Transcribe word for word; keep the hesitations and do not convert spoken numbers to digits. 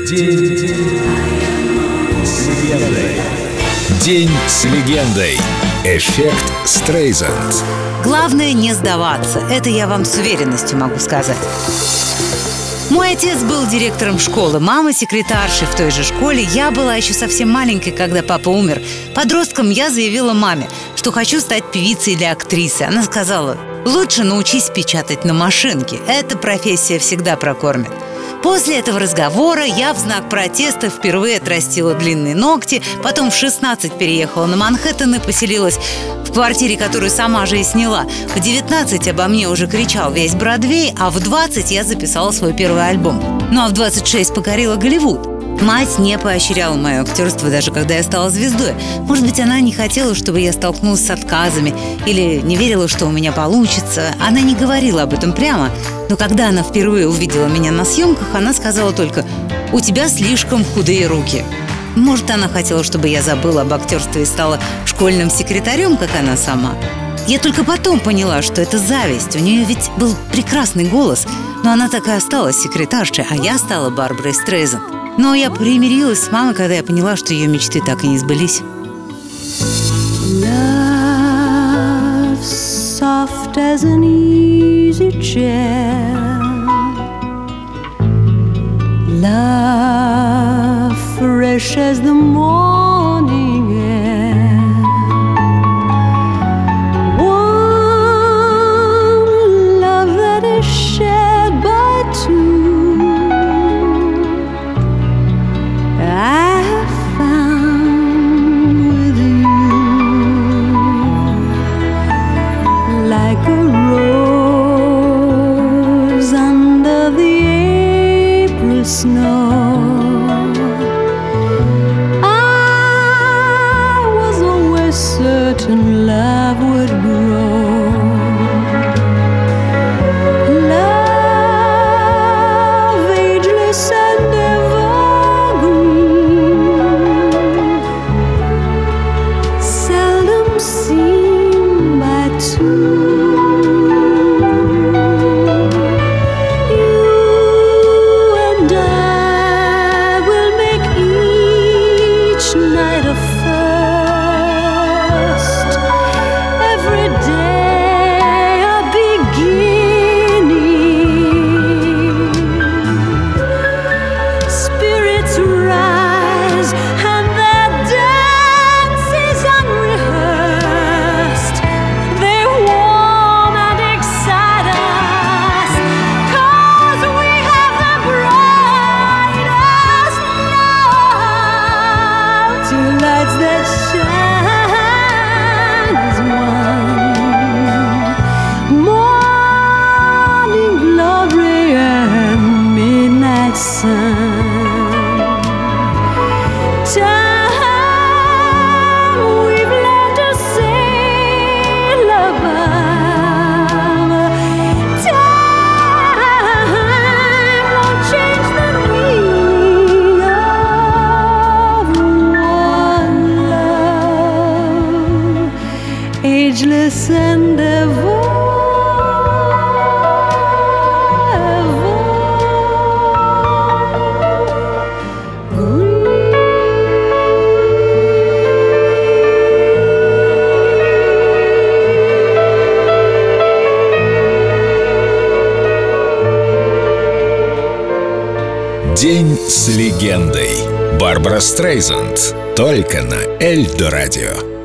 День с легендой. День с легендой. Эффект Стрейзанд. Главное не сдаваться. Это я вам с уверенностью могу сказать. Мой отец был директором школы, мама секретаршей в той же школе. Я была еще совсем маленькой, когда папа умер. Подростком я заявила маме, что хочу стать певицей или актрисой. Она сказала: лучше научись печатать на машинке. Эта профессия всегда прокормит. После этого разговора я в знак протеста впервые отрастила длинные ногти. Потом в шестнадцать переехала на Манхэттен и поселилась в квартире, которую сама же и сняла. В девятнадцать обо мне уже кричал весь Бродвей, а в двадцать я записала свой первый альбом. Ну а в двадцать шесть покорила Голливуд. Мать не поощряла мое актерство, даже когда я стала звездой. Может быть, она не хотела, чтобы я столкнулась с отказами, или не верила, что у меня получится. Она не говорила об этом прямо, но когда она впервые увидела меня на съемках, она сказала только: «У тебя слишком худые руки». Может, она хотела, чтобы я забыла об актерстве и стала школьным секретарем, как она сама. Я только потом поняла, что это зависть. У нее ведь был прекрасный голос, но она так и осталась секретаршей, а я стала Барбарой Стрейзанд. Но я примирилась с мамой, когда я поняла, что ее мечты так и не сбылись. Love soft as an easy chair, love fresh as the morning air, one love that is shared by two. Like a rose under the April snow, I was always certain love would grow. Love ageless and evergreen, seldom seen by two. That shine as one, morning glory and midnight sun. Time we've learned to sail above. Time won't change the meaning of ageless and ever, ever green. День с легендой. Барбара Стрейзанд. Только на Эльдо радио.